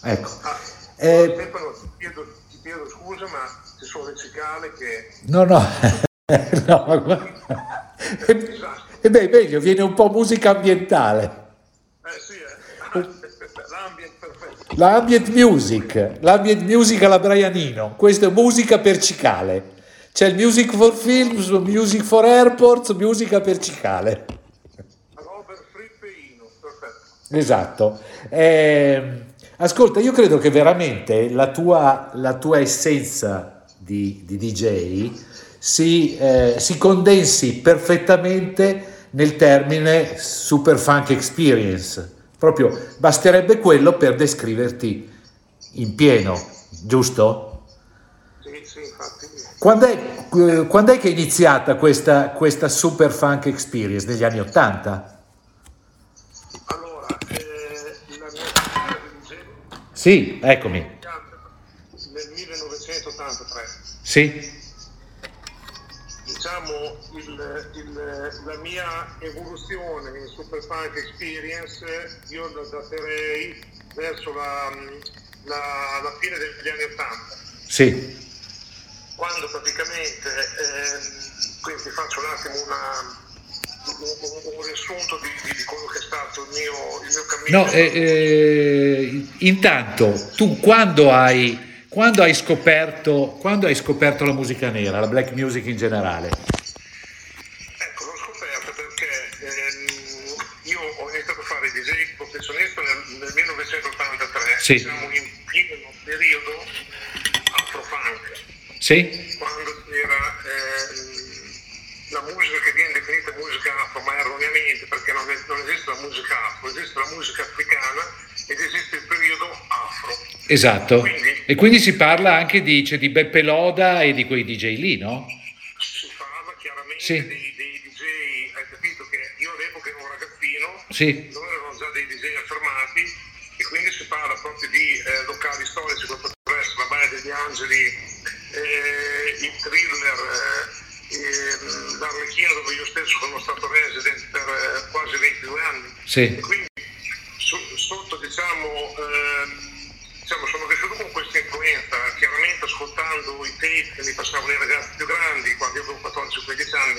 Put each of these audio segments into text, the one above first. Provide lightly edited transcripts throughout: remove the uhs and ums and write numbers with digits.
Ecco. Stefano, ti chiedo scusa, ma ci sono le cicale che... No, no, no, e beh, meglio, viene un po' musica ambientale. Sì, l'ambient perfetto. L'ambient music alla Brianino, questa è musica per cicale. C'è il music for films, music for airports, musica per cicale. Robert Fripp, perfetto. Esatto. Ascolta, io credo che veramente la tua essenza di DJ si condensi perfettamente nel termine super funk experience. Proprio basterebbe quello per descriverti in pieno, giusto? Sì, infatti. Quando è che è iniziata questa super funk experience? Negli anni '80? Allora, la mia carriera di DJ Sì, eccomi. nel 1983. Sì. Diciamo la mia evoluzione in Super Funk Experience io la daterei verso la fine degli anni '80. Sì. Quando praticamente, quindi ti faccio un attimo un riassunto di quello che è stato il mio cammino. No, intanto tu quando hai scoperto la musica nera, la black music in generale? Ecco, l'ho scoperto perché io ho iniziato a fare DJ professionista nel 1983. Sì. Siamo in pieno periodo afro-funk. Sì? Quando c'era la musica che viene definita musica afro, ma erroneamente, perché non esiste la musica afro, esiste la musica africana ed esiste il periodo afro. Esatto. E quindi si parla anche c'è di Beppe Loda e di quei DJ lì, no? Si parla chiaramente Sì. dei DJ, hai capito che io all'epoca ero un ragazzino, Sì. loro erano già dei DJ affermati e quindi si parla proprio di locali storici come potrebbe essere la Baia degli Angeli, il Thriller, l'Arlecchino, dove io stesso sono stato resident per quasi 22 anni. Sì. E quindi sotto diciamo sono cresciuto con questa influenza, chiaramente ascoltando i tape che mi passavano i ragazzi più grandi quando io avevo 14-15 anni,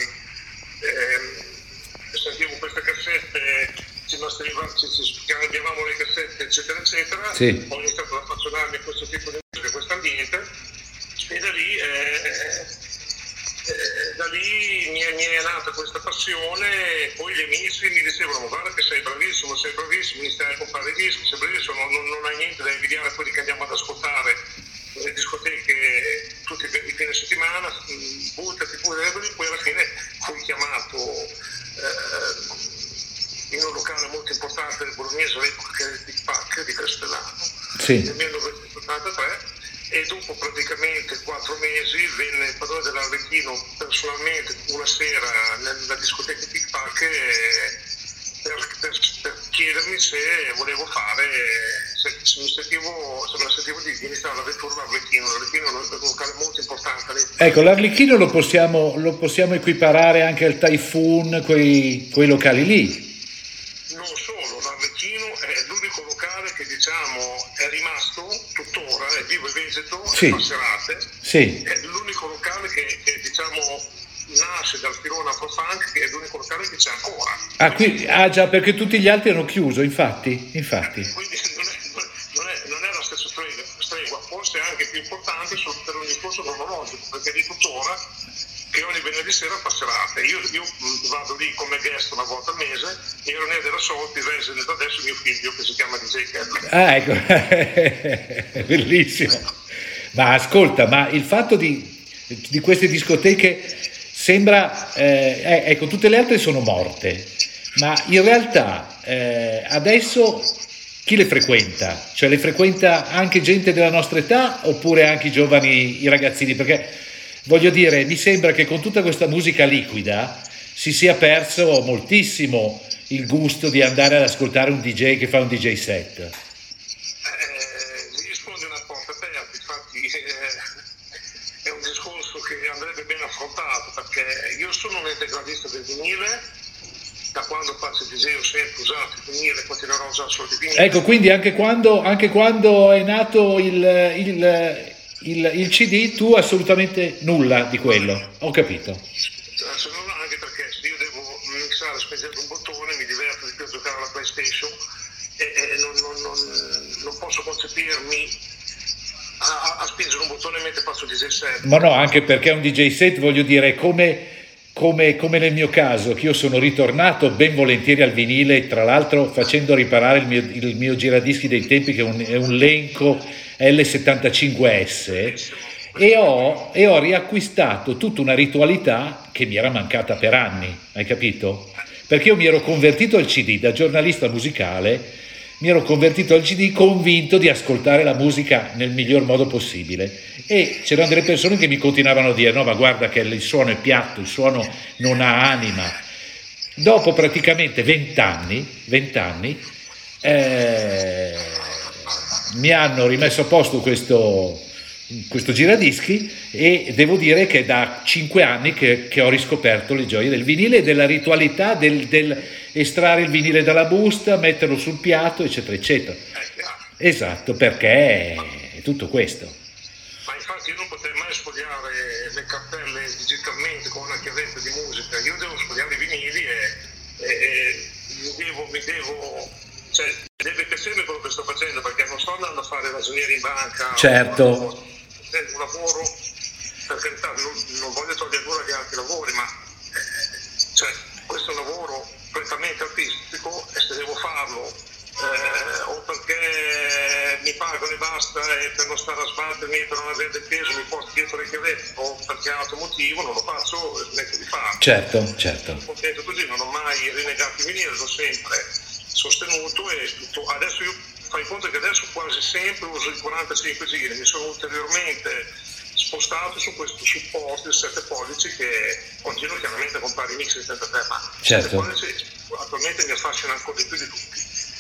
sentivo queste cassette, ci scambiavamo le cassette eccetera eccetera. Sì. Ho iniziato ad affezionarmi a questo tipo di musica, a questo ambiente, e da lì mi è nata questa passione. Poi gli amici mi dicevano: ma guarda che sei bravissimo, iniziai a comprare dischi, sei bravissimo, non hai niente da invidiare a quelli che andiamo ad ascoltare nelle discoteche tutti i fine settimana, buttati pure. Poi alla fine fui chiamato in un locale molto importante del Bolognese all'epoca, che era il Big Pack di Castellano. Sì. Nel 1983, e dopo praticamente 4 mesi venne il padrone dell'Arlecchino personalmente una sera nella discoteca Big Pack per chiedermi se volevo fare, se mi sentivo di iniziare l'avventura all'Arlecchino. L'Arlecchino è un locale molto importante lì. Ecco, l'Arlecchino lo possiamo equiparare anche al Typhoon, quei locali lì. Non solo, l'Arlecchino è l'unico locale che diciamo è rimasto tuttora, è vivo e vegeto, Sì. è passerate. Sì. È l'unico locale che diciamo nasce dal filone afro-funk, che è l'unico locale che c'è ancora. Già, perché tutti gli altri hanno chiuso, infatti. Quindi non è la stessa stregua, forse anche più importante per un discorso cronologico, perché di tuttora che ogni venerdì sera passerate. Io vado lì come guest una volta al mese, e René della Solti resident adesso mio figlio, che si chiama DJ Keller. Ah, ecco, bellissimo. Ma ascolta, ma il fatto di queste discoteche sembra, ecco, tutte le altre sono morte, ma in realtà adesso chi le frequenta? Cioè le frequenta anche gente della nostra età oppure anche i giovani, i ragazzini? Perché voglio dire, mi sembra che con tutta questa musica liquida si sia perso moltissimo il gusto di andare ad ascoltare un DJ che fa un DJ set. Rispondi una porta aperta, infatti è un discorso che andrebbe ben affrontato, perché io sono un integralista del vinile, da quando faccio il DJ ho sempre usato il vinile, continuerò a usare solo il vinile. Ecco, quindi anche quando è nato il CD, tu assolutamente nulla di quello, ho capito. Anche perché se io devo mixare spingendo un bottone mi diverto di più a giocare alla PlayStation e non posso concepirmi a spingere un bottone mentre faccio DJ set. Ma no, anche perché un DJ set, voglio dire, come nel mio caso, che io sono ritornato ben volentieri al vinile, tra l'altro facendo riparare il mio giradischi dei tempi, che è un Lenco L75S, e ho riacquistato tutta una ritualità che mi era mancata per anni, hai capito? Perché io mi ero convertito al CD, da giornalista musicale, mi ero convertito al CD convinto di ascoltare la musica nel miglior modo possibile, e c'erano delle persone che mi continuavano a dire no, ma guarda che il suono è piatto, il suono non ha anima. Dopo praticamente 20 anni mi hanno rimesso a posto questo giradischi, e devo dire che è da 5 anni che ho riscoperto le gioie del vinile e della ritualità del estrarre il vinile dalla busta, metterlo sul piatto, eccetera eccetera. Esatto, perché è tutto questo. Ma infatti io non potrei mai sfogliare le cartelle digitalmente con una chiavetta di musica, io devo sfogliare i vinili e cioè deve piacermi quello che sto facendo, perché non sto andando a fare ragioniere in banca. Certo. Un lavoro, per carità, non voglio togliere nulla di altri lavori, ma cioè, questo è un lavoro prettamente artistico, e se devo farlo o perché mi pagano e basta, e per non stare a sbattermi, per non avere del peso mi porto dietro le chiavette, o perché altro motivo non lo faccio, smetto di farlo. Certo. Sono contento così, non ho mai rinnegato i vinili, l'ho sempre sostenuto, e adesso io fai conto che adesso quasi sempre uso i 45 giri, mi sono ulteriormente spostato su questo supporto, il 7 pollici, che continuo chiaramente a comprare i mix di 33, ma certo. 7 pollici attualmente mi affascina ancora di più di tutti.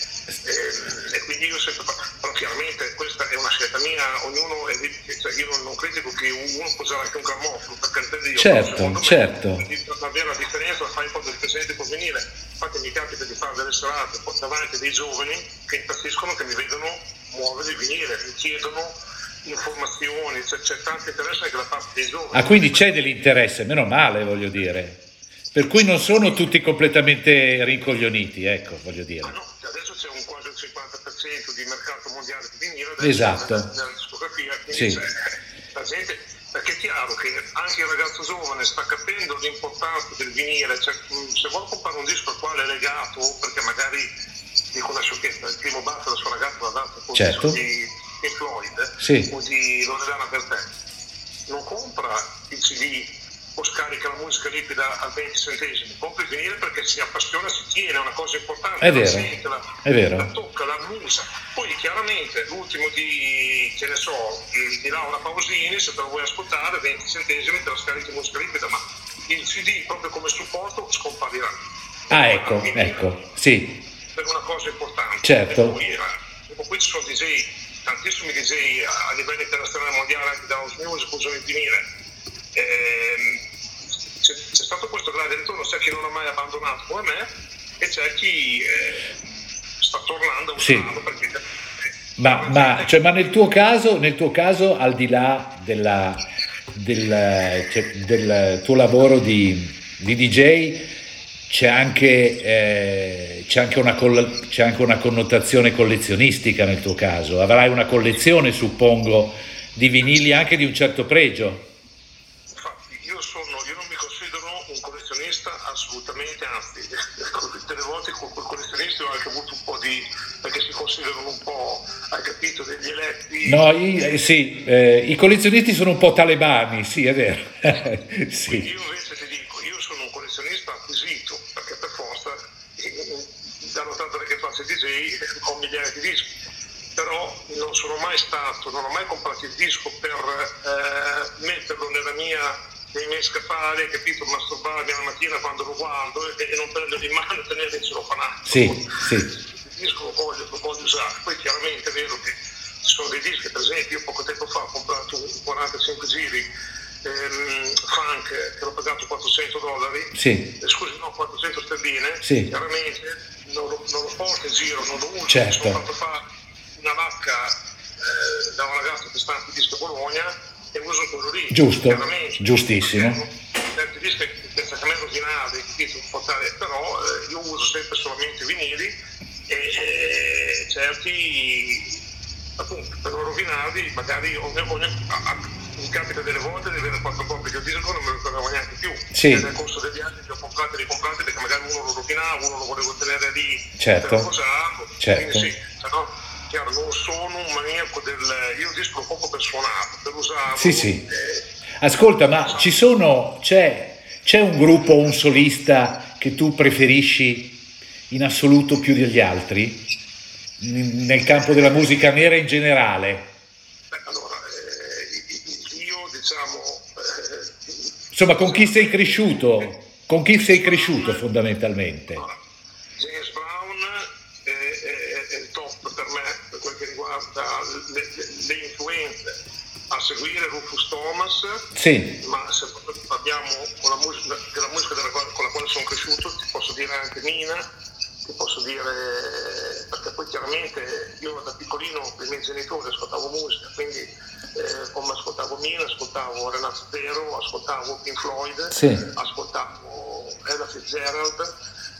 E quindi io sempre, però chiaramente questa è una scelta mia, ognuno cioè io non critico che uno può usare anche un grammofono, per carità di Dio, certo. Per avere la differenza la fai un po' del presente col vinile. Infatti mi capita di fare delle serate davanti dei giovani che impazziscono, che mi vedono muovere il vinile, mi chiedono informazioni, c'è tanto interesse anche da parte dei giovani. Quindi c'è dell'interesse, meno male, voglio dire, per cui non sono tutti completamente rincoglioniti, ecco, voglio dire. No, adesso c'è quasi il 50% di mercato mondiale di vinile esatto. nella discografia, sì. quindi la gente, perché è chiaro che anche il ragazzo giovane sta capendo l'importanza del vinile, cioè, se vuole comprare un disco al quale è legato, perché magari dico una sciocchezza, il primo bacio della sua ragazza l'ha dato con certo. di Pink Floyd, sì. o di Loredana Bertè, non compra il CD o scarica la musica ripida a 20 centesimi, compra il vinile perché si appassiona, si tiene, è una cosa importante, è vero, sente, è vero. la tocca, la musa. Poi chiaramente l'ultimo di, che ne so, di Laura Pausini, se te lo vuoi ascoltare, 20 centesimi te la scarichi in musica ripida, ma il CD proprio come supporto scomparirà. Ecco, sì. Per una cosa importante. Certo. E poi ci sono DJ, tantissimi DJ a livello internazionale mondiale, anche da house music, usano il vinile. C'è stato questo grande ritorno, c'è chi non ha mai abbandonato come me, e c'è chi sta tornando a usarlo, sì. Perché ma nel tuo caso, al di là del tuo lavoro di DJ, c'è anche una connotazione collezionistica nel tuo caso. Avrai una collezione, suppongo, di vinili anche di un certo pregio. Io non mi considero un collezionista assolutamente, anzi, delle volte con collezionisti ho anche avuto un po' perché si considerano un po', hai capito, degli eletti. No, i collezionisti sono un po' talebani, sì, è vero. Sì. Io invece ti dico, io sono un collezionista acquisito, perché per forza, danno tanto che faccio DJ, ho migliaia di dischi, però non ho mai comprato il disco per metterlo nei miei scaffali, capito, masturbarmi la mattina quando lo guardo e non prenderlo in mano e tenerlo in celofanato. Sì. Il disco lo voglio usare. Poi chiaramente è vero che ci sono dei dischi, per esempio io poco tempo fa ho comprato un 45 giri funk che l'ho pagato $400, Sì, scusi, no, 400 sterline, sì, chiaramente non lo porto in giro, non lo uso, certo. sono fatto fare una vacca da un ragazzo che sta in disco a Bologna e uso quello lì, Giusto, chiaramente, giustissimo. certi dischi senza che me rovinare, però io uso sempre solamente vinili e certi appunto per non rovinarli magari mi capita delle volte di avere 4 copie di disco, non me lo ricordavo neanche più. Sì. Nel corso degli anni li ho comprati e ricomprati perché magari uno lo rovinava, uno lo volevo tenere lì Certo. per usarlo. Certo. Quindi sì, no, chiaro, non sono un maniaco io disco proprio per suonarlo, per usarlo. Sì, sì. Ascolta, ma c'è un gruppo o un solista che tu preferisci in assoluto più degli altri? Nel campo della musica nera in generale? Allora, io diciamo... Insomma, con chi sei cresciuto? Con chi sei cresciuto fondamentalmente? Allora, James Brown è il top per me per quel che riguarda le influenze a seguire Rufus Thomas, Sì, ma se parliamo con la musica con la quale sono cresciuto, ti posso dire anche Nina, ti posso dire, perché poi chiaramente io da piccolino con i miei genitori ascoltavo musica, quindi come ascoltavo Nina, ascoltavo Renato Zero, ascoltavo Pink Floyd, sì, ascoltavo Ella Fitzgerald,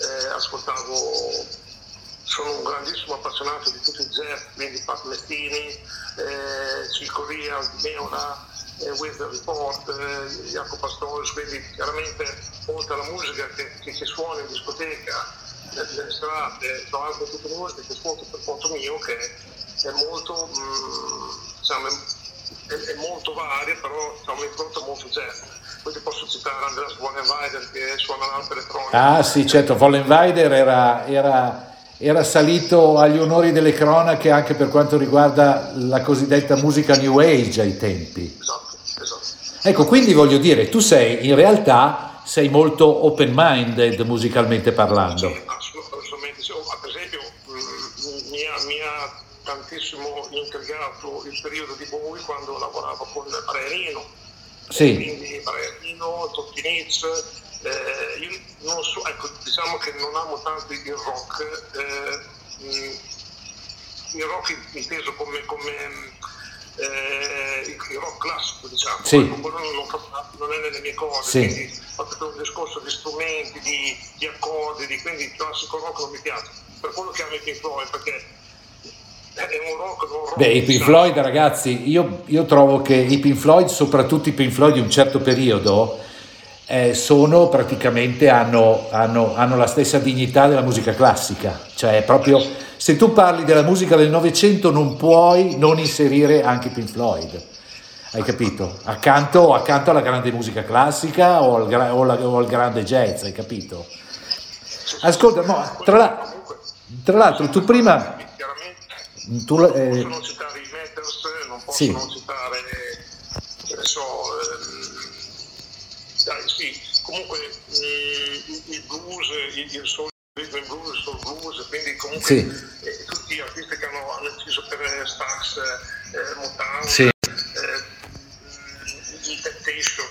sono un grandissimo appassionato di tutto il jazz, quindi Pat Metheny, Chick Corea, Meola, Weather Report, Jacopo Pastorius, quindi chiaramente oltre alla musica che suona in discoteca, nelle strade, ho anche tutte le musiche che ascolto per conto mio, che è molto, diciamo, è molto varia, però ha un'impronta molto jazz. Poi ti posso citare Andreas Wallenweider che suona l'arpa elettronica. ah sì, certo, Wallenweider era salito agli onori delle cronache anche per quanto riguarda la cosiddetta musica New Age ai tempi. Esatto. Ecco, quindi voglio dire, tu in realtà sei molto open-minded musicalmente parlando. Sì, assolutamente. Sì. Per esempio, mi ha tantissimo intrigato il periodo di Bowie quando lavoravo con Brian Eno. Sì. Quindi Brian Eno, Tocchi-Nitz, io non so, ecco, diciamo che non amo tanto il rock inteso come il rock classico, diciamo, Sì. quello non è nelle mie cose, Sì. quindi fatto un discorso di strumenti, di accordi, quindi il classico rock non mi piace, per quello che amo i Pink Floyd, perché è un rock, non rock. Beh, i Pink Floyd, ragazzi, io trovo che i Pink Floyd, soprattutto i Pink Floyd di un certo periodo, sono praticamente hanno la stessa dignità della musica classica, cioè proprio se tu parli della musica del Novecento non puoi non inserire anche i Pink Floyd, hai capito? Accanto alla grande musica classica o al grande jazz, hai capito? Ascolta, no, tra l'altro tu prima Chiaramente non posso non citare i Matters, non posso sì. non citare, che ne so, sì, comunque il blues, il soul, rhythm and blues, soul blues, quindi comunque sì. Tutti gli artisti che hanno inciso per Stax, Motown, Sì. i Temptation,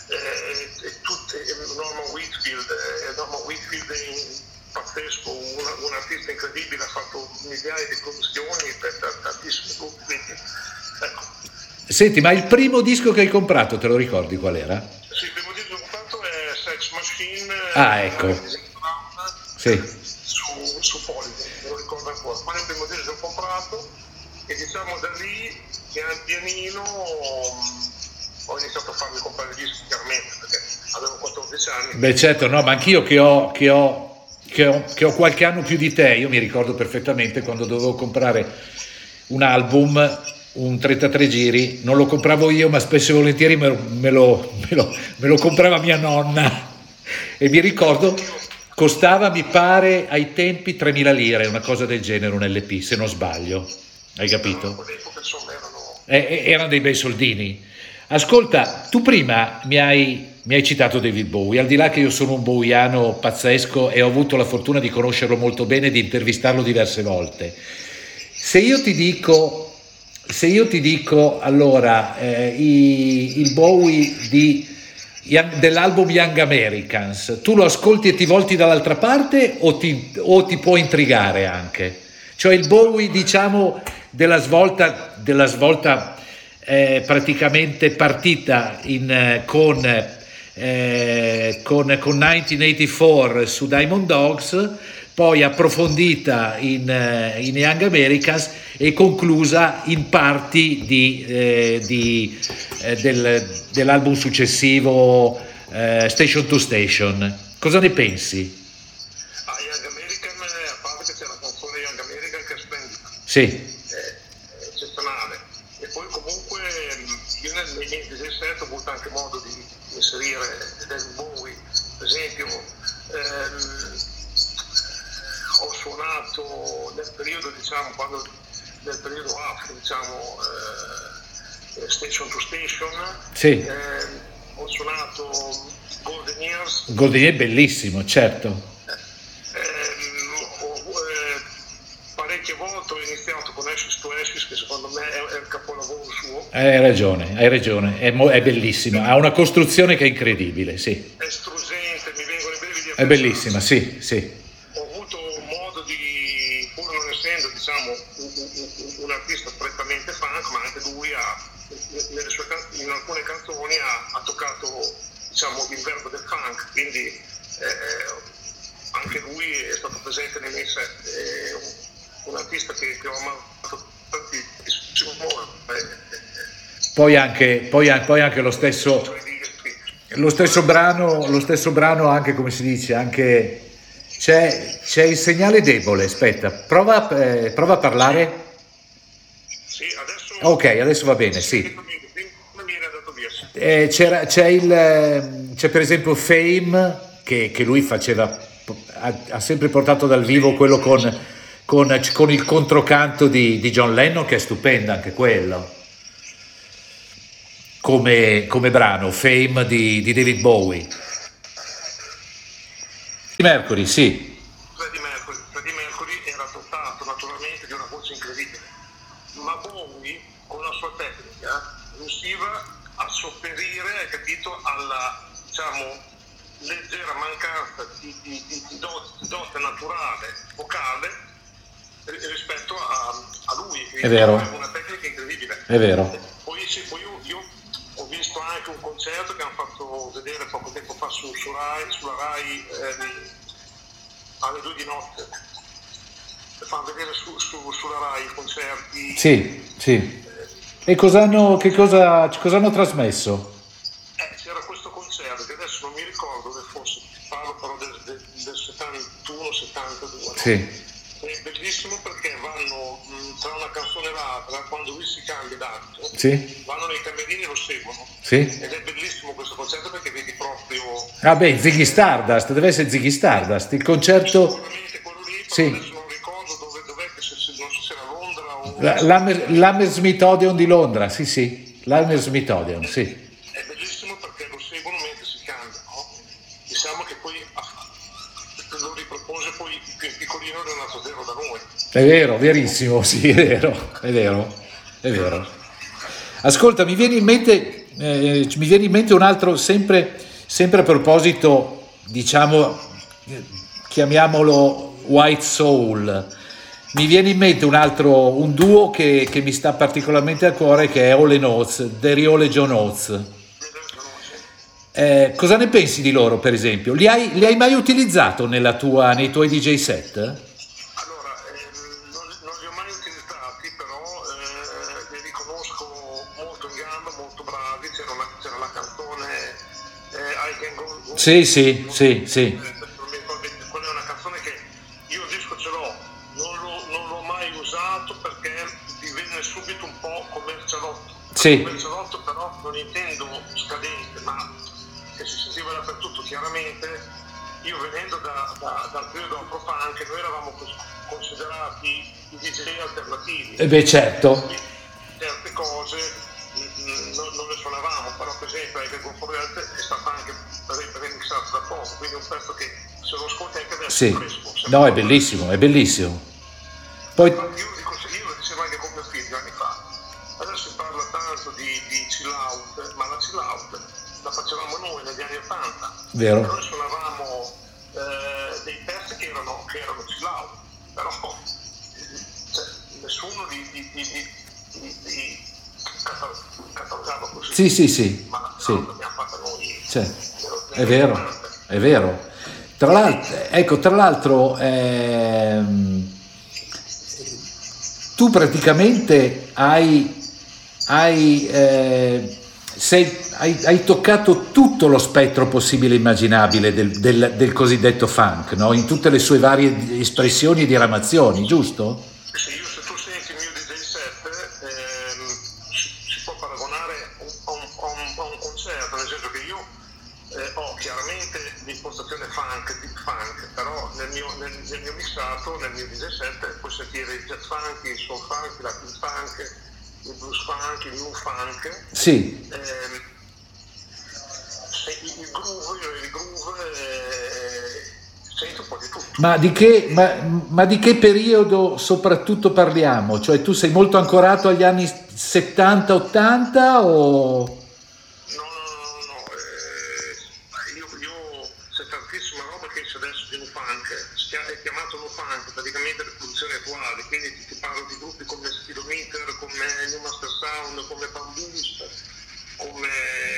Norman Whitfield pazzesco, un artista incredibile, ha fatto migliaia di produzioni per tantissimi gruppi, quindi ecco. Senti, ma il primo disco che hai comprato, te lo ricordi qual era? Sì, il primo disco che ho comprato è Sex Machine, ecco. Sì. su Polygon, me lo ricordo ancora. Quello è il primo disco che ho comprato e diciamo da lì pian pianino ho iniziato a farmi comprare dischi, chiaramente, perché avevo 14 anni. Beh certo, no, ma anch'io che ho qualche anno più di te, io mi ricordo perfettamente quando dovevo comprare un album, un 33 giri, non lo compravo io, ma spesso e volentieri me lo comprava mia nonna, e mi ricordo costava, mi pare, ai tempi 3.000 lire, una cosa del genere, un LP, se non sbaglio, hai capito? Erano dei bei soldini. Ascolta, tu prima mi hai citato David Bowie, al di là che io sono un bowiano pazzesco e ho avuto la fortuna di conoscerlo molto bene e di intervistarlo diverse volte. Se io ti dico se io ti dico allora il Bowie dell'album Young Americans, tu lo ascolti e ti volti dall'altra parte o ti può intrigare anche? Cioè il Bowie, diciamo, della svolta praticamente partita con 1984 su Diamond Dogs, poi approfondita in Young Americans e conclusa in parti dell'album successivo Station to Station. Cosa ne pensi? Young American, a parte che c'è la canzone Young American che è splendida, Sì, eccezionale, e poi comunque io nel 2017 ho avuto anche modo di inserire David Bowie, per esempio. Ho suonato nel periodo, diciamo, nel periodo afro, diciamo, Station to Station, sì. Ho suonato Golden Years. Golden Years è bellissimo, certo. Parecchie volte ho iniziato con Ashes to Ashes, che secondo me è il capolavoro suo. Hai ragione, è bellissimo, ha una costruzione che è incredibile, sì. È struggente, mi vengono i brividi a È bellissima, sì, sì. Pur non essendo, diciamo, un artista prettamente funk, ma anche lui in alcune canzoni ha toccato, diciamo, il verbo del funk, quindi anche lui è stato presente nei miei set. Un artista che ho amato tantissimo. Poi anche lo stesso brano anche, come si dice, anche c'è il segnale debole. Aspetta, prova a parlare. Sì, adesso. Ok, adesso va bene, sì. Non mi era andato via. C'è per esempio Fame che lui faceva, ha sempre portato dal vivo quello con il controcanto di John Lennon, che è stupendo anche quello. Come brano, Fame di David Bowie. Mercury, sì. Freddie Mercury era dotato naturalmente di una voce incredibile, ma Bowie con la sua tecnica riusciva a sopperire, hai capito, alla, diciamo, leggera mancanza di dote naturale, vocale, rispetto a lui, che è vero. aveva una tecnica incredibile. È vero. Poi io ho visto anche un concerto che hanno fatto vedere poco tempo fa sulla Rai alle 2 di notte. Fanno vedere sulla Rai i concerti. Sì, sì. E che cosa hanno trasmesso? C'era questo concerto che adesso non mi ricordo dove fosse, parlo però del 71-72. Sì. È bellissimo perché vanno tra una canzone e l'altra, quando lui si cambia d'abito, sì, vanno nei camerini e lo seguono. Sì. Ed è bellissimo questo concerto perché vedi proprio. Ah beh, Ziggy Stardust, deve essere Ziggy Stardust, il concerto. Sicuramente quello lì, però sì, adesso non ricordo dov'è, che non so se era Londra o. L'Hammersmith Odeon di Londra, sì, l'Hammersmith Odeon, sì. È bellissimo perché lo seguono mentre si cambia, no? Diciamo che poi lo ripropose poi più piccolino era nato zero da noi. È vero, verissimo, sì, è vero. Ascolta, mi viene in mente un altro, sempre a proposito, diciamo, chiamiamolo White Soul. Mi viene in mente un duo che mi sta particolarmente a cuore, che è Hall & Oates, Daryl e John Oates. Cosa ne pensi di loro, per esempio? Li hai mai utilizzato nei tuoi DJ set? Allora, non li ho mai utilizzati, però li riconosco molto in gamba, molto bravi. C'era la canzone I Can Go. Sì. Quella è una canzone che io il disco ce l'ho, non l'ho mai usato perché divenne subito un po' commercialotto. Sì. Commercialotto però non intendo scadente, ma che si sentiva dappertutto. Chiaramente io venendo dal periodo afro-funk, noi eravamo considerati i DJ alternativi. Beh, certo. Certe cose non le suonavamo, però per esempio anche con Forte è stata anche remixata da poco, quindi un pezzo che se lo ascolti anche adesso sì. è fresco. No, è bellissimo. Poi Io lo dicevo anche con mio figlio anni fa. concetto di chill out, ma la chill out la facevamo noi negli anni 80. Vero. Noi suonavamo dei pezzi che erano chill out, però nessuno di catalogava così. Sì. Ma Sì. l'abbiamo fatta noi. Cioè, è vero. Tra l'altro, tu praticamente hai toccato tutto lo spettro possibile e immaginabile del cosiddetto funk, no? In tutte le sue varie espressioni e diramazioni, giusto? Sì, se tu senti il mio DJ set, si può paragonare a un concerto, nel senso che io ho chiaramente l'impostazione funk, deep funk, però nel mio mixato, nel mio DJ set puoi sentire il jazz funk, il soul funk, il latin funk, il blues funk, il new funk. Sì. Il groove, senti un po' di tutto. Ma di che periodo soprattutto parliamo? Cioè tu sei molto ancorato agli anni 70-80 o... Io c'è tantissima roba che esce adesso di new funk, è chiamato new funk, praticamente le produzioni attuali, quindi ti parlo di gruppi come Speedometer, come New Master Sound, come Bamboos, come...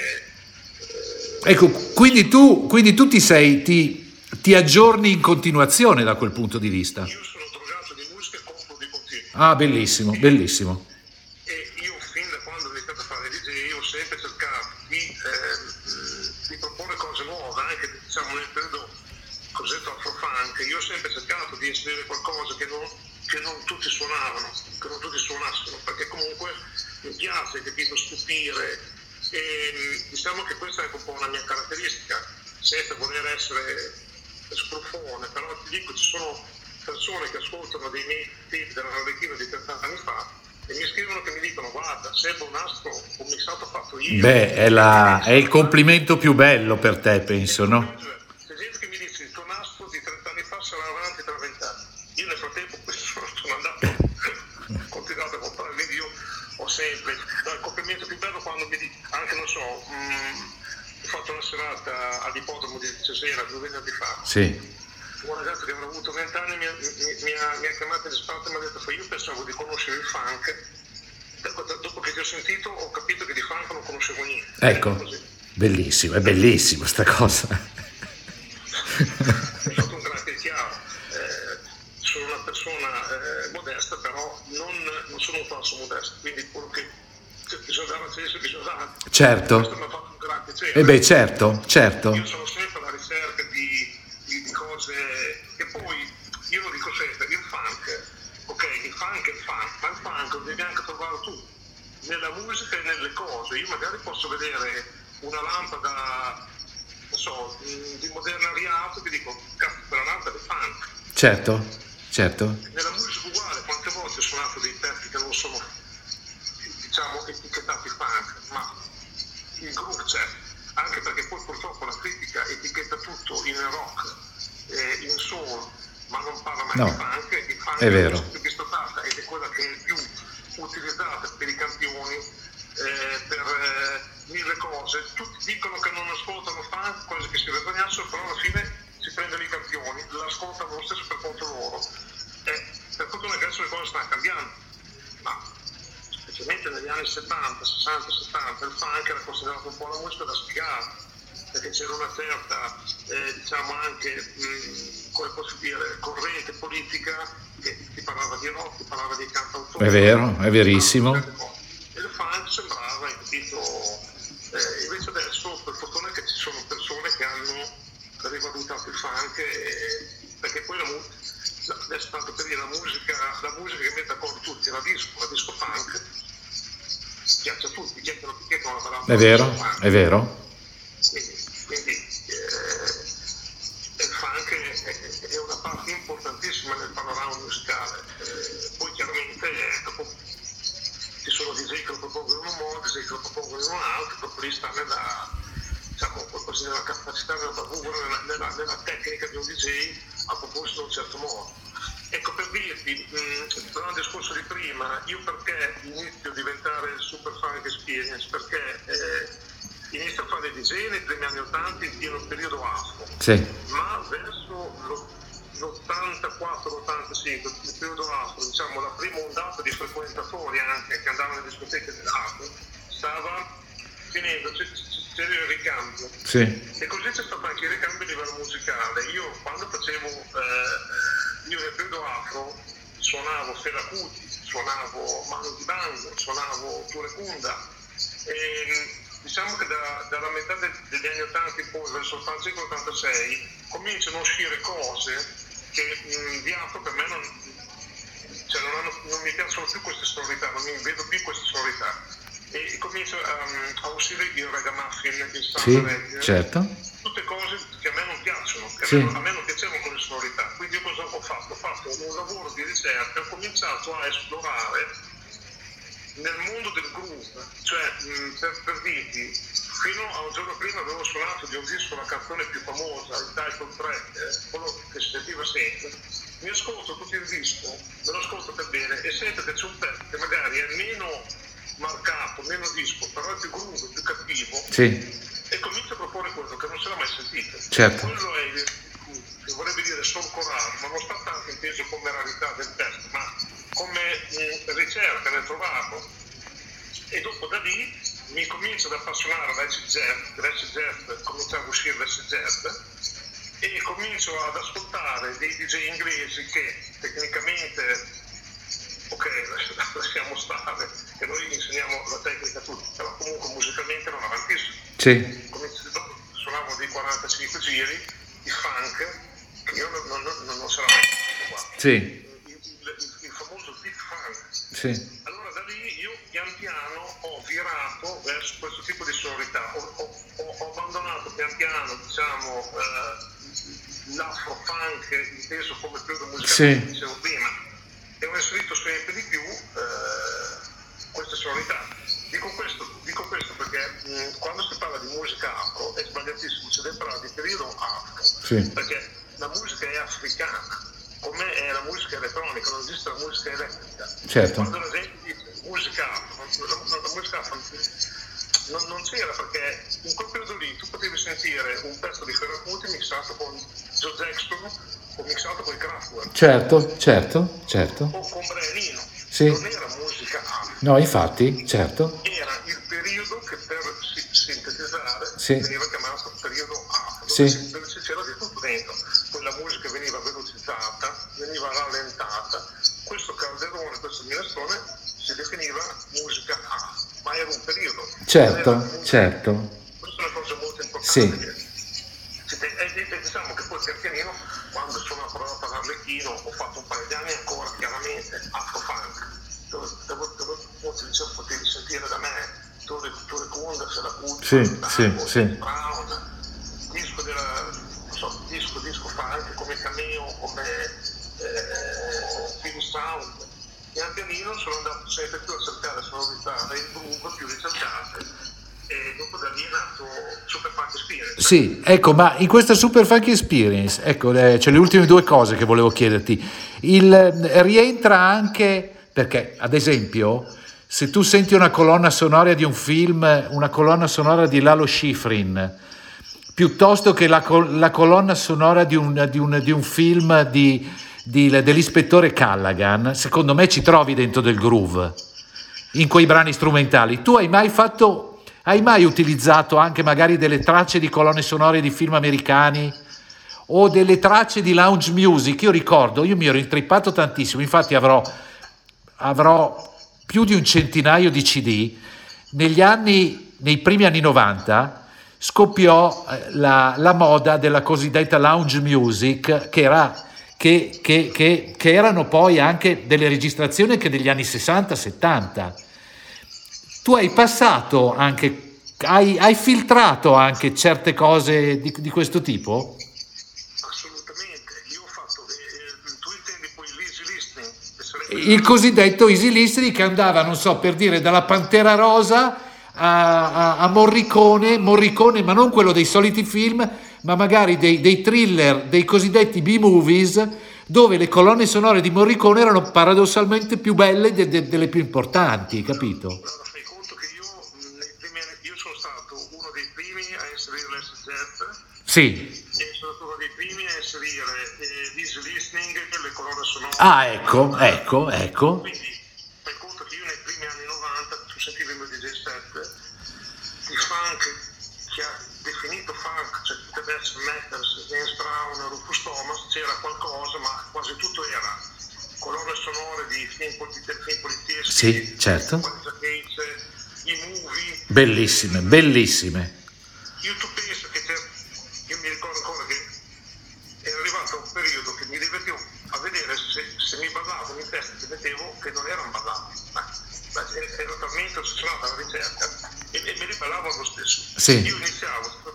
Ecco, quindi tu ti aggiorni in continuazione da quel punto di vista. Io sono drogato di musica e compro di continuo. Ah, bellissimo. E io fin da quando ho iniziato a fare DJ ho sempre cercato di proporre cose nuove, anche diciamo nel periodo cosiddetto afrofunk. Io ho sempre cercato di inserire qualcosa che non tutti suonavano, che non tutti suonassero, perché comunque mi piace, capito, stupire. E diciamo che questa è anche un po' una mia caratteristica, senza voler essere spruffone, però ti dico, ci sono persone che ascoltano dei miei tape della Radiochino di 30 anni fa e mi scrivono che mi dicono: guarda, sembra un nastro, un mixato fatto io. È il complimento più bello per te, penso, no? C'è gente che mi dice: il tuo nastro di 30 anni fa sarà avanti tra 20 anni. Io nel frattempo sono andato continuato a comprare, quindi io ho sempre il complimento più bello quando mi dico, anche non so, ho fatto una serata all'ippodromo di Cesena 2 venerdì fa. Sì. Un ragazzo che avrà avuto 20 anni mi ha chiamato in spalla e mi ha detto: io pensavo di conoscere il funk, dopo che ti ho sentito ho capito che di funk non conoscevo niente. Ecco, bellissimo, è bellissimo sta cosa. È stato un grande chiaro. Sono una persona modesta, però non sono un falso modesto, quindi quello che bisogna dare a Cesare bisogna dare. Certo. Questo mi ha fatto un grande piacere. certo. Io sono sempre alla ricerca di cose, e poi io lo dico sempre, il funk, ok, il funk è il funk, ma il funk lo devi anche trovare tu, nella musica e nelle cose. Io magari posso vedere una lampada, non so, di Moderna Rialto, e dico: cazzo, quella lampada è funk. Certo. Nella musica uguale, quante volte ho suonato dei pezzi che non sono, diciamo, etichettati funk, ma il groove c'è, anche perché poi purtroppo la critica etichetta tutto in rock, in soul, ma non parla mai di funk. Il funk è vero. La musica più stata ed è quella che è più utilizzata per i campioni, per mille cose. Tutti dicono che non ascoltano funk, quasi che si vergognassero, però alla fine si prendono i campioni, l'ascoltano lo stesso per conto loro. Per fortuna che adesso le cose stanno cambiando, ma specialmente negli anni 70, 60, 70 il funk era considerato un po' la musica da spiegare, perché c'era una certa, diciamo anche, come posso dire, corrente politica che ti parlava di rock, ti parlava di cantautori. È vero, è verissimo. E il funk sembrava, hai capito, invece adesso per fortuna che ci sono persone che hanno rivalutato il funk, perché poi adesso tanto per dire la musica che mette d'accordo tutti, la disco funk piace a tutti, chi è che non la farà? È vero. Quindi il funk è una parte importantissima nel panorama musicale. Poi chiaramente dopo ci sono DJ che lo propongono in un modo, DJ che lo propongono in un altro, dopo lì sta nella capacità della bravura, nella tecnica di un DJ a proporsi in un certo modo. Ecco, per dirti, tornando al discorso di prima, io perché inizio a diventare super funk e Experience perché inizio a fare DJ nei primi anni 80 in pieno periodo afro, ma verso l'84-85, il periodo afro, diciamo la prima ondata di frequentatori anche che andavano alle discoteche dell'afro, stava finendo, c'era il ricambio. E così c'è stato anche il ricambio a livello musicale. Io quando facevo, io nel periodo afro suonavo Fela Kuti, suonavo Mano di Bando, suonavo Ture Kunda, e diciamo che dalla metà degli anni 80 in poi, verso l'85-86, cominciano a uscire cose che di afro per me non mi piacciono più queste sonorità, non mi vedo più queste sonorità. E comincia a uscire il ragamuffin, il standard reggae, certo. Tutte cose che a me non piacciono, a me non piacevano quelle sonorità. Quindi io cosa ho fatto? Ho fatto un lavoro di ricerca, ho cominciato a esplorare nel mondo del groove, cioè per dirti, fino a un giorno prima avevo suonato di un disco la canzone più famosa, il title track, quello che si sentiva sempre. Mi ascolto tutto il disco, me lo ascolto per bene e sento che c'è un pezzo che magari è meno marcato, meno disco, però è più groove, più cattivo, e comincio a proporre quello che non si era mai sentito. Certo. Quello è che vorrebbe dire solcorare, ma non sta tanto inteso come rarità del testo, ma come ricerca nel trovarlo. E dopo da lì mi comincio ad appassionare all'acid jazz, cominciava a uscire l'acid jazz e comincio ad ascoltare dei DJ inglesi che tecnicamente lasciamo stare, e noi insegniamo la tecnica a tutti, però comunque musicalmente erano avantissimi. Suonavano dei 45 giri di funk che io non sarà mai qua. Il famoso deep funk. Allora da lì io pian piano ho virato verso questo tipo di sonorità, ho abbandonato pian piano, diciamo, l'afro funk inteso come periodo musicale, come dicevo prima, e ho inserito sempre di più queste sonorità. Dico questo perché quando si parla di musica afro è sbagliatissimo, si deve parlare di periodo afro, perché la musica è africana, come è la musica elettronica, non esiste la musica elettrica. Quando la gente dice musica afro, la musica afro non c'era, perché in quel periodo lì tu potevi sentire un pezzo di Fela Kuti mixato con Joe Jackson o mixato con i Kraftwerk. Certo. O con Brian Eno. Non era musica afro. No, infatti, certo. Era il periodo che per sintetizzare veniva chiamato periodo afro, dove c'era di tutto dentro. Quella musica veniva velocizzata, veniva rallentata. Questo calderone, questo minestrone si definiva musica afro, ma era un periodo. Certo. Questa è una cosa molto importante. Diciamo che poi per pianino, quando sono approdato all'Arlecchino, ho fatto un paio di anni ancora chiaramente afro-funk, dove potevi sentire da me Ture Kunda, Fela Kuti, Brown, disco funk come Cameo, come Philly Sound. E al pianino sono andato sempre più a cercare sonorità e il groove più ricercate. E dopo da lì è nato Super Funk Experience. Ecco, ma in questa Super Funk Experience, c'è le ultime due cose che volevo chiederti. Rientra anche, perché ad esempio, se tu senti una colonna sonora di un film, una colonna sonora di Lalo Schifrin, piuttosto che la colonna sonora di un film dell'ispettore Callaghan, secondo me ci trovi dentro del groove, in quei brani strumentali. Tu hai mai utilizzato anche magari delle tracce di colonne sonore di film americani o delle tracce di lounge music? Io ricordo, io mi ero intrippato tantissimo, infatti avrò più di un centinaio di CD. Nei primi anni 90 scoppiò la moda della cosiddetta lounge music, che erano poi anche delle registrazioni anche degli anni 60-70. Tu hai passato anche, hai filtrato anche certe cose di questo tipo? Assolutamente, io ho fatto, tu intendi poi l'easy listening? Il cosiddetto easy listening, che andava, non so, per dire, dalla Pantera Rosa a Morricone, ma non quello dei soliti film, ma magari dei thriller, dei cosiddetti B-movies, dove le colonne sonore di Morricone erano paradossalmente più belle delle più importanti, capito? Fai conto che io inserire l'SZ. Sì. E sono stato uno dei primi a inserire l'easy listening e le colonne sonore. Ah, ecco. Quindi fai conto che io nei primi anni 90 tu sentivi il mio DJ set, il funk che ha definito funk, cioè tutte Beth Matters, James Brown, Rufus Thomas, c'era qualcosa, ma quasi tutto era colonne sonore di film polizieschi, sì, certo, i movie, bellissime. Io tu penso che io mi ricordo ancora che era arrivato un periodo che mi divertivo a vedere se mi ballavano in testa, che vedevo che non erano ballati, ma ero talmente ossessionato alla ricerca e me li ballavo lo stesso. Sì. Io iniziavo per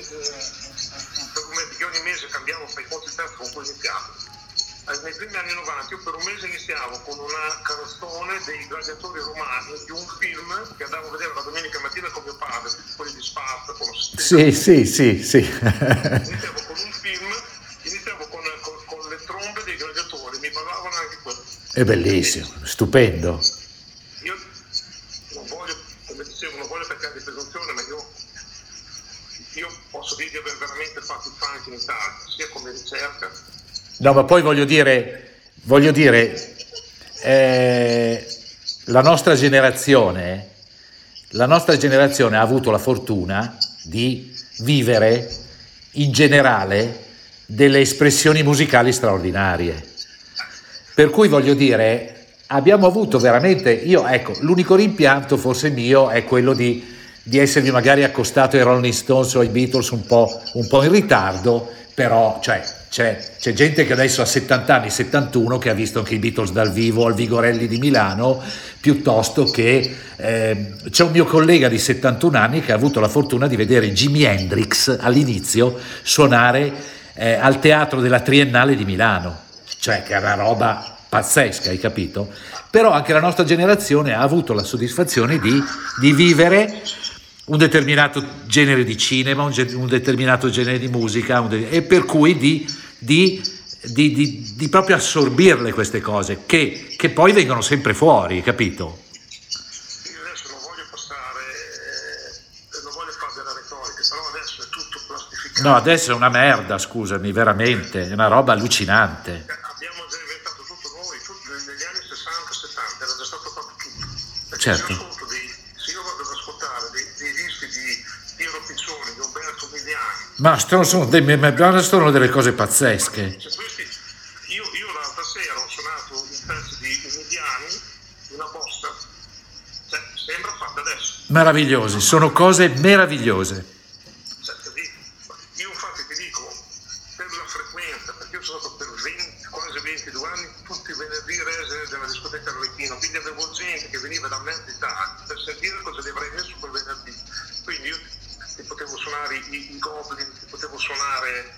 un mese, che ogni mese cambiavo per i conti di testa con cui iniziavo. Nei primi anni 90 io per un mese iniziavo con una canzone dei gladiatori romani di un film che andavo a vedere la domenica mattina con mio padre, tutti quelli di Sparta, con sì. Iniziavo con un film, iniziavo con le trombe dei gladiatori, mi ballavano anche quello. È bellissimo, stupendo. Io non voglio, come dicevo, non voglio peccare di presunzione, ma io posso dire di aver veramente fatto il funk in Italia, sia come ricerca. No, ma poi voglio dire, la nostra generazione ha avuto la fortuna di vivere in generale delle espressioni musicali straordinarie. Per cui voglio dire, abbiamo avuto veramente, l'unico rimpianto forse mio è quello di essermi magari accostato ai Rolling Stones o ai Beatles un po' in ritardo, però c'è gente che adesso ha 70 anni, 71, che ha visto anche i Beatles dal vivo al Vigorelli di Milano, piuttosto che c'è un mio collega di 71 anni che ha avuto la fortuna di vedere Jimi Hendrix all'inizio suonare al Teatro della Triennale di Milano, cioè che è una roba pazzesca, hai capito? Però anche la nostra generazione ha avuto la soddisfazione di vivere un determinato genere di cinema, un determinato genere di musica, e per cui di proprio assorbirle queste cose che poi vengono sempre fuori, capito? Io adesso non voglio fare della retorica, però adesso è tutto plastificato. No, adesso è una merda, scusami, veramente, è una roba allucinante. Abbiamo già inventato tutto noi, negli anni 60-70 era già stato fatto tutto. Perché certo. Se io vado ad ascoltare dei dischi di Piero Piccioni, di Umberto Miliani, ma sono delle cose pazzesche. Io l'altra sera ho suonato un pezzo di Miliani, una bossa, sembra fatta adesso. Meravigliosi, sono cose meravigliose. Io infatti ti dico, per la frequenza, perché io sono stato per quasi 22 anni, tutti i venerdì rese della discoteca Arlecchino, quindi avevo gente che veniva da mezza Italia per sentire cosa gli avrei messo quel venerdì. Quindi io ti potevo suonare i Goblin, ti potevo suonare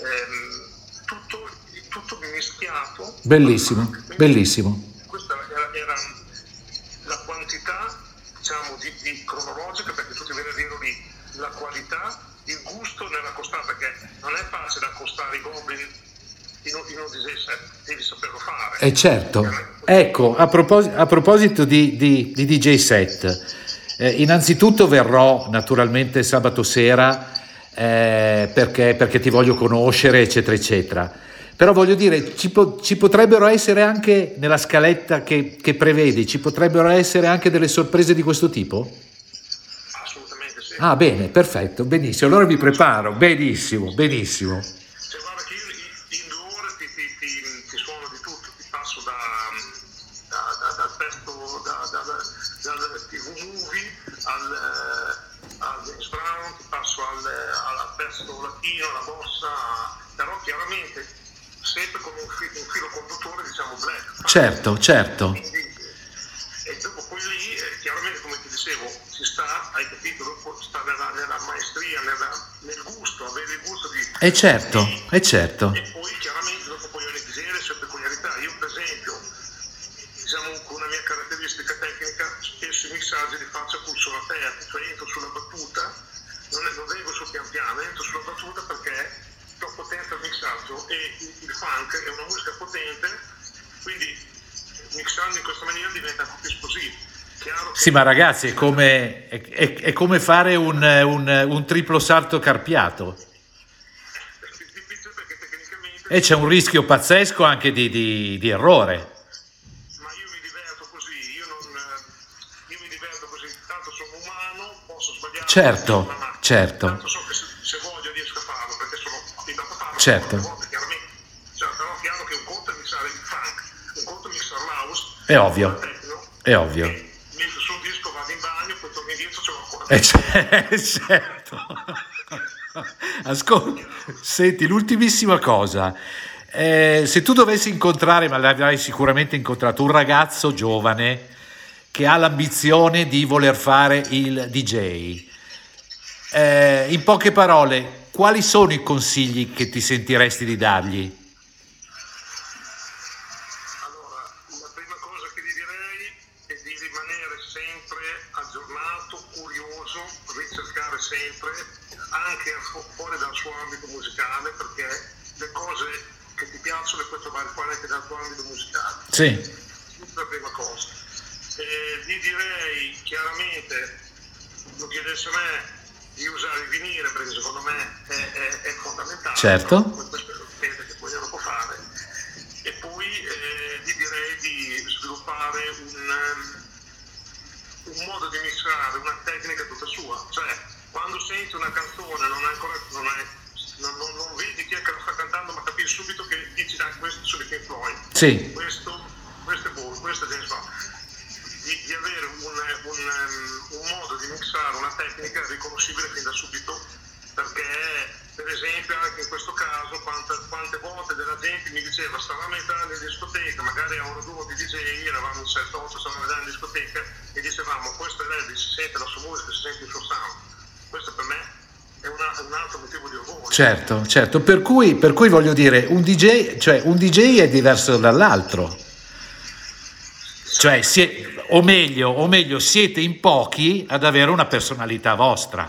tutto mischiato. Bellissimo, Quindi, bellissimo. Questa era la quantità, diciamo, di cronologica, perché tutti i venerdì ero lì, la qualità, il gusto nell'accostare, perché non è facile accostare i Goblin in un DJ set, devi saperlo fare. Certo. Ecco, a proposito di DJ set, innanzitutto verrò naturalmente sabato sera perché ti voglio conoscere, eccetera eccetera, però voglio dire, ci potrebbero essere anche nella scaletta che prevedi, ci potrebbero essere anche delle sorprese di questo tipo? Assolutamente sì. Ah, bene, perfetto, benissimo, allora mi preparo, benissimo. Guarda che io in 2 ore ti suono di tutto, ti passo dal testo, dal TV movie al James Brown, ti passo al testo latino, alla bossa, però chiaramente sempre con un filo conduttore, diciamo, black. Certo. Quindi, e dopo poi lì, chiaramente, come ti dicevo, si sta, hai capito, dopo sta nella maestria, nel gusto, avere il gusto di... certo. E poi chiaramente dopo poi ogni genere, c'è peculiarità. Io per esempio, diciamo, con una mia caratteristica tecnica, spesso i mixaggi li faccio a pulso aperto, cioè entro sulla battuta, non vengo sul pian piano, entro sulla battuta perché do potenza al mixaggio, e il funk è una musica potente, quindi mixando in questa maniera diventa anche più esplosivo. Chiaro Sì, che ma ragazzi, è come fare un triplo salto carpiato. è difficile perché tecnicamente E c'è un rischio pazzesco anche di errore. ma io mi diverto così, io mi diverto così, tanto sono umano, posso sbagliare, posso una Certo, macchina, certo, tanto so che se voglio riesco a farlo, perché sono abituato a farlo qualche certo. volta, chiaramente, cioè, però è chiaro che un conto è mixare il funk, un conto è mixare l'house, È la ovvio, techno, è ovvio. e mentre sul disco vado in bagno, poi torno indietro, ce l'ho ancora Certo. Ascolta, senti, l'ultimissima cosa. Se tu dovessi incontrare, ma l'avrai sicuramente incontrato, un ragazzo giovane che ha l'ambizione di voler fare il DJ, in poche parole, quali sono i consigli che ti sentiresti di dargli? Allora, la prima cosa che gli direi è di rimanere sempre aggiornato, curioso, ricercare sempre, anche fuori dal suo ambito musicale, perché le cose che ti piacciono le puoi trovare fuori anche dal tuo ambito musicale. Sì, Questa è la prima cosa. Gli direi chiaramente, lo chiedesse a me, di usare il vinile, perché secondo me è fondamentale, certo, però questo è l'utente che poi glielo può fare. E poi gli direi di sviluppare un modo di mixare, una tecnica tutta sua, cioè quando senti una canzone non vedi chi è che la sta cantando, ma capisci subito che dici questo sono i Pink Floyd, sì, questo è Bowie, questo è James Bond. Di avere un modo di mixare una tecnica riconoscibile fin da subito, perché per esempio anche in questo caso quante volte della gente mi diceva stavamo entrando in discoteca, magari a ora o due di DJ, eravamo in 7-8, stavamo entrando in discoteca e dicevamo questo è Elvis, si sente la sua musica, si sente il suo sound. Questo per me è un altro motivo di orgoglio. certo, certo. Per cui voglio dire, un DJ è diverso dall'altro. Cioè, o meglio, siete in pochi ad avere una personalità vostra.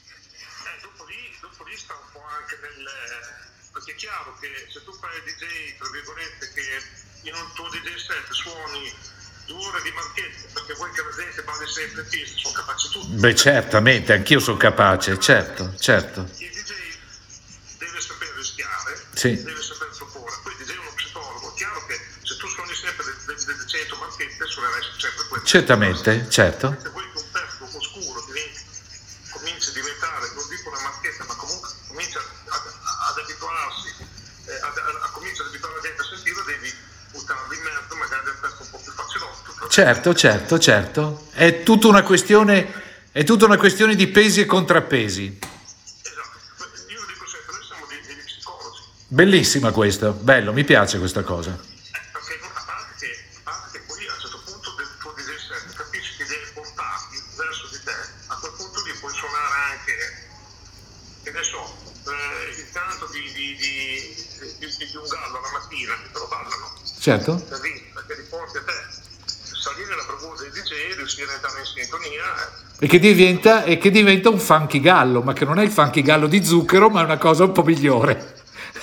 Dopo lì sta un po' anche perché è chiaro che se tu fai il DJ, tra virgolette, che in un tuo DJ set suoni 2 ore di marchette, perché vuoi che la gente balli sempre in pista, sono capaci tutti. Beh, certamente, anch'io sono capace, certo, certo. Il DJ deve sapere rischiare, Sì, deve sapere proporre, poi il DJ è uno psicologo, è chiaro che se tu suoni sempre le 100 marchette suonerai sempre quelle. certamente, certo. Se vuoi che un pezzo oscuro cominci a diventare, non dico una marchetta, ma comunque comincia ad abituarsi, comincia ad abituare la gente a sentirlo, devi buttarlo in mezzo, magari al pezzo un po' più facilotto. Certo, certo, certo. È tutta una questione di pesi e contrappesi. Esatto, io lo dico sempre, noi siamo degli psicologi. Bellissima questa, bello, mi piace questa cosa. Perché a parte che poi a un certo punto del tuo DJ set capisci che li hai portati verso di te, a quel punto lì puoi suonare anche, che ne so, il canto di un gallo alla mattina, che te lo ballano, Certo. perché li porti a te. Salire nella bravura del DJ, riuscire a entrare in sintonia. E che diventa un funky gallo, ma che non è il funky gallo di Zucchero, ma è una cosa un po' migliore.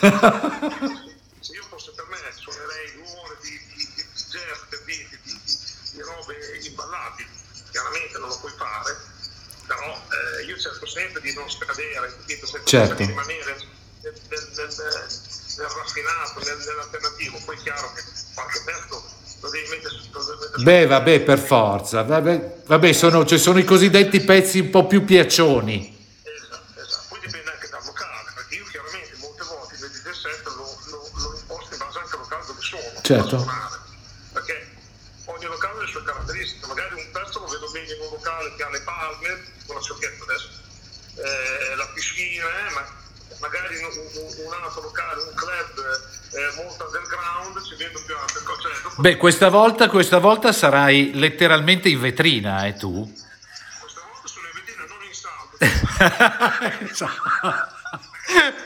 Se io fosse per me suonerei 2 ore di jazz, per dirti, di robe imballabili, chiaramente non lo puoi fare, però io cerco sempre di non scadere, sempre Certo. di rimanere nel raffinato, nell'alternativo. Poi è chiaro che qualche pezzo lo devi mettere su. Beh, vabbè, per forza. Vabbè, ci sono i cosiddetti pezzi un po' più piaccioni. Esatto. Poi dipende anche dal locale, perché io chiaramente molte volte il 17 lo imposto in base anche al locale dove sono, Certo. da suonare, perché ogni locale ha le sue caratteristiche, magari un pezzo lo vedo bene in un locale che ha le palme, con la ciocchetta adesso, la piscina, magari un altro locale, un club molto underground, ci vedo più altre cose. Beh, questa volta sarai letteralmente in vetrina, tu? Questa volta sono in vetrina, non in salto.